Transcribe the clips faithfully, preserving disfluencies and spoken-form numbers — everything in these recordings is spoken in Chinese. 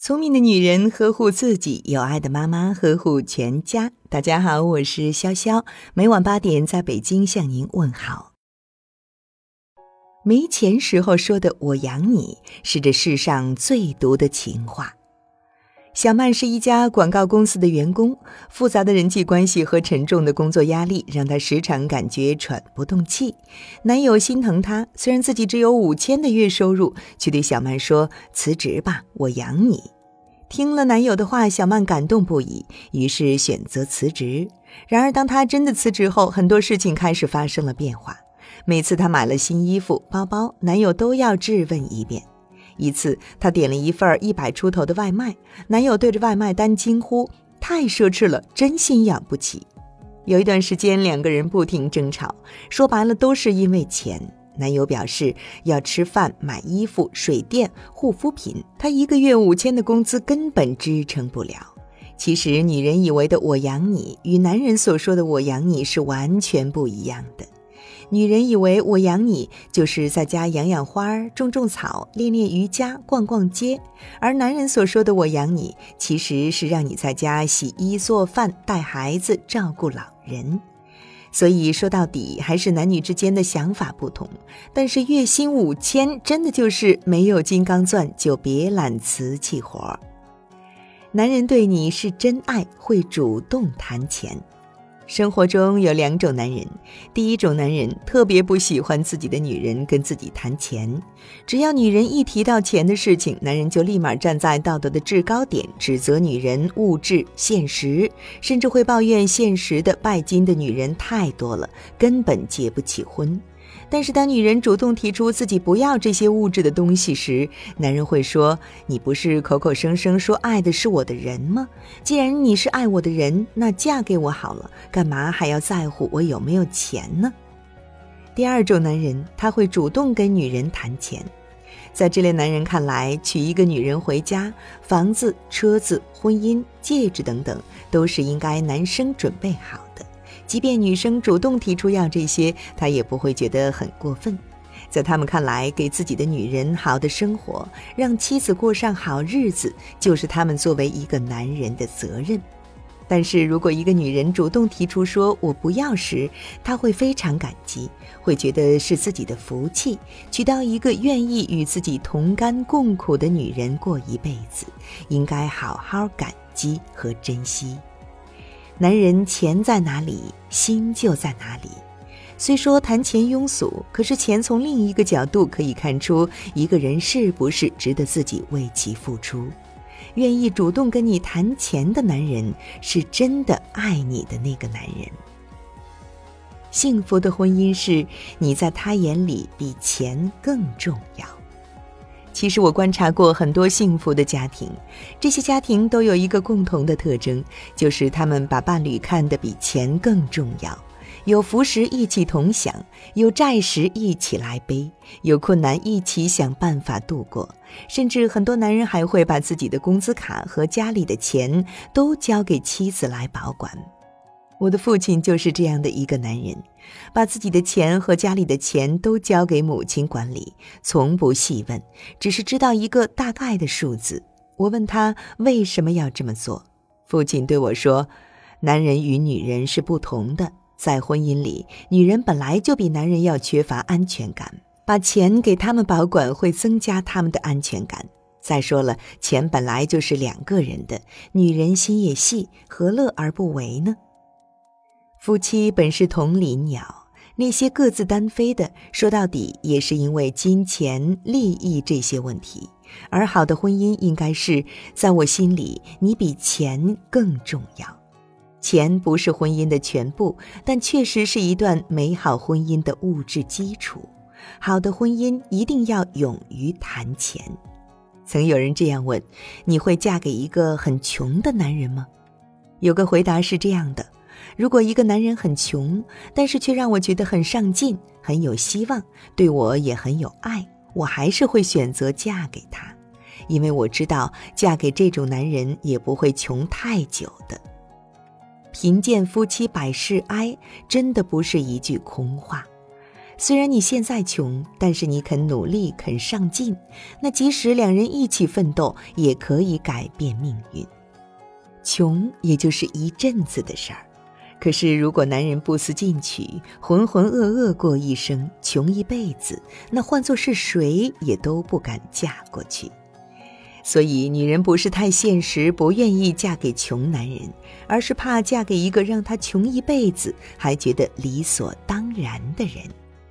聪明的女人呵护自己，有爱的妈妈呵护全家。大家好，我是潇潇，每晚八点在北京向您问好。没钱时候说的我养你，是这世上最毒的情话。小曼是一家广告公司的员工，复杂的人际关系和沉重的工作压力让她时常感觉喘不动气。男友心疼她，虽然自己只有五千的月收入，却对小曼说：辞职吧，我养你。听了男友的话，小曼感动不已，于是选择辞职。然而当她真的辞职后，很多事情开始发生了变化。每次她买了新衣服、包包，男友都要质问一遍。一次她点了一份一百出头的外卖，男友对着外卖单惊呼：太奢侈了，真心养不起。有一段时间两个人不停争吵，说白了都是因为钱。男友表示要吃饭、买衣服、水电、护肤品，他一个月五千的工资根本支撑不了。其实女人以为的我养你，与男人所说的我养你是完全不一样的。女人以为我养你就是在家养养花、种种草、练练瑜伽、逛逛街，而男人所说的我养你，其实是让你在家洗衣做饭、带孩子、照顾老人。所以说到底还是男女之间的想法不同，但是月薪五千真的就是没有金刚钻就别揽瓷器活。男人对你是真爱，会主动谈钱。生活中有两种男人，第一种男人特别不喜欢自己的女人跟自己谈钱，只要女人一提到钱的事情，男人就立马站在道德的制高点，指责女人物质现实，甚至会抱怨现实的拜金的女人太多了，根本结不起婚。但是当女人主动提出自己不要这些物质的东西时，男人会说：你不是口口声声说爱的是我的人吗？既然你是爱我的人，那嫁给我好了，干嘛还要在乎我有没有钱呢？第二种男人，他会主动跟女人谈钱。在这类男人看来，娶一个女人回家，房子、车子、婚姻、戒指等等，都是应该男生准备好的。即便女生主动提出要这些，他也不会觉得很过分。在他们看来，给自己的女人好的生活，让妻子过上好日子，就是他们作为一个男人的责任。但是如果一个女人主动提出说我不要时，他会非常感激，会觉得是自己的福气，娶到一个愿意与自己同甘共苦的女人过一辈子，应该好好感激和珍惜。男人钱在哪里，心就在哪里。虽说谈钱庸俗，可是钱从另一个角度可以看出一个人是不是值得自己为其付出。愿意主动跟你谈钱的男人，是真的爱你的那个男人。幸福的婚姻是你在他眼里比钱更重要。其实我观察过很多幸福的家庭，这些家庭都有一个共同的特征，就是他们把伴侣看得比钱更重要。有福时一起同享，有债时一起来背，有困难一起想办法度过，甚至很多男人还会把自己的工资卡和家里的钱都交给妻子来保管。我的父亲就是这样的一个男人，把自己的钱和家里的钱都交给母亲管理，从不细问，只是知道一个大概的数字。我问他为什么要这么做，父亲对我说：男人与女人是不同的，在婚姻里，女人本来就比男人要缺乏安全感，把钱给他们保管会增加他们的安全感。再说了，钱本来就是两个人的，女人心也细，何乐而不为呢？夫妻本是同林鸟，那些各自单飞的，说到底也是因为金钱、利益这些问题。而好的婚姻应该是，在我心里，你比钱更重要。钱不是婚姻的全部，但确实是一段美好婚姻的物质基础。好的婚姻一定要勇于谈钱。曾有人这样问：你会嫁给一个很穷的男人吗？有个回答是这样的：如果一个男人很穷，但是却让我觉得很上进，很有希望，对我也很有爱，我还是会选择嫁给他，因为我知道嫁给这种男人也不会穷太久的。贫贱夫妻百事哀，真的不是一句空话。 虽然你现在穷，但是你肯努力肯上进，那即使两人一起奋斗，也可以改变命运。穷也就是一阵子的事儿，可是如果男人不思进取，浑浑噩噩过一生，穷一辈子，那换作是谁也都不敢嫁过去。所以女人不是太现实，不愿意嫁给穷男人，而是怕嫁给一个让她穷一辈子还觉得理所当然的人。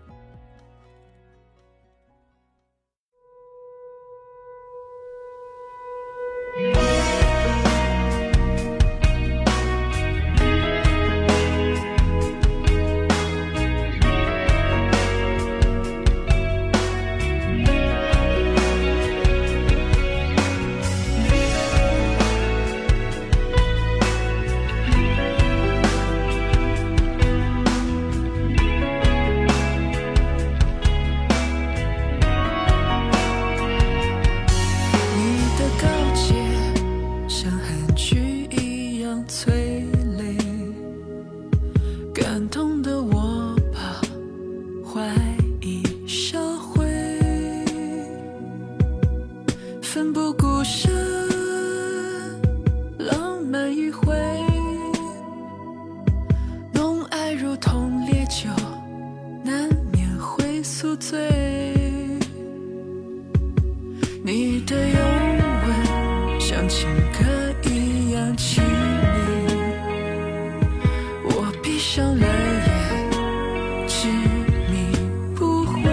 你的拥吻像情歌一样凄厉，我闭上了眼，执迷不悔，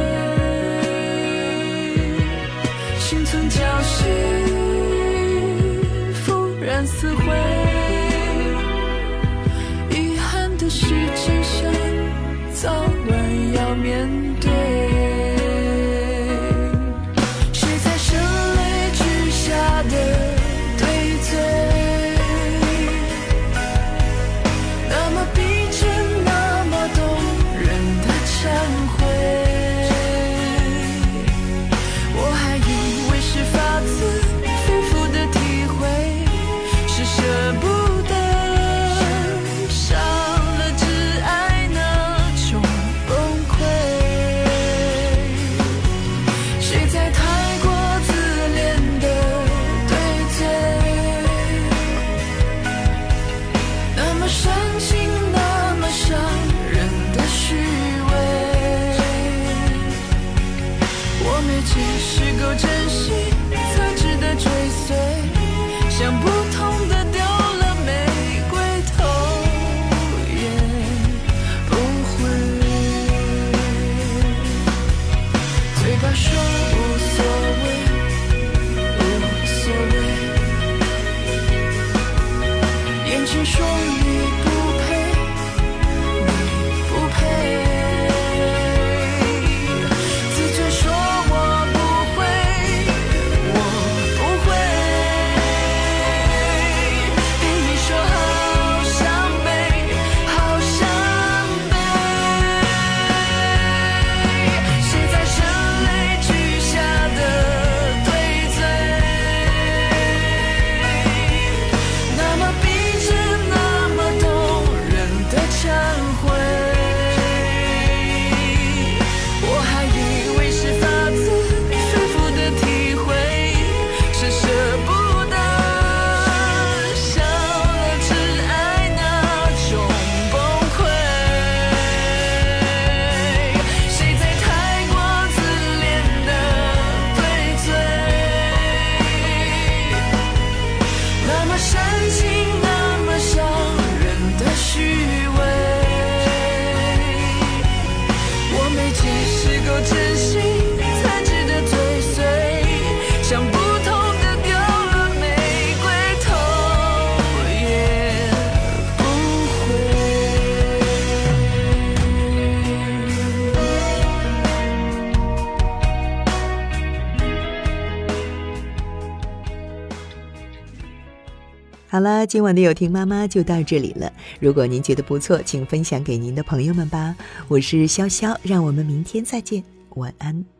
心存侥幸，复然撕毁，遗憾的是真相早晚要面对。 好了，今晚的有听妈妈就到这里了。如果您觉得不错，请分享给您的朋友们吧。我是潇潇，让我们明天再见，晚安。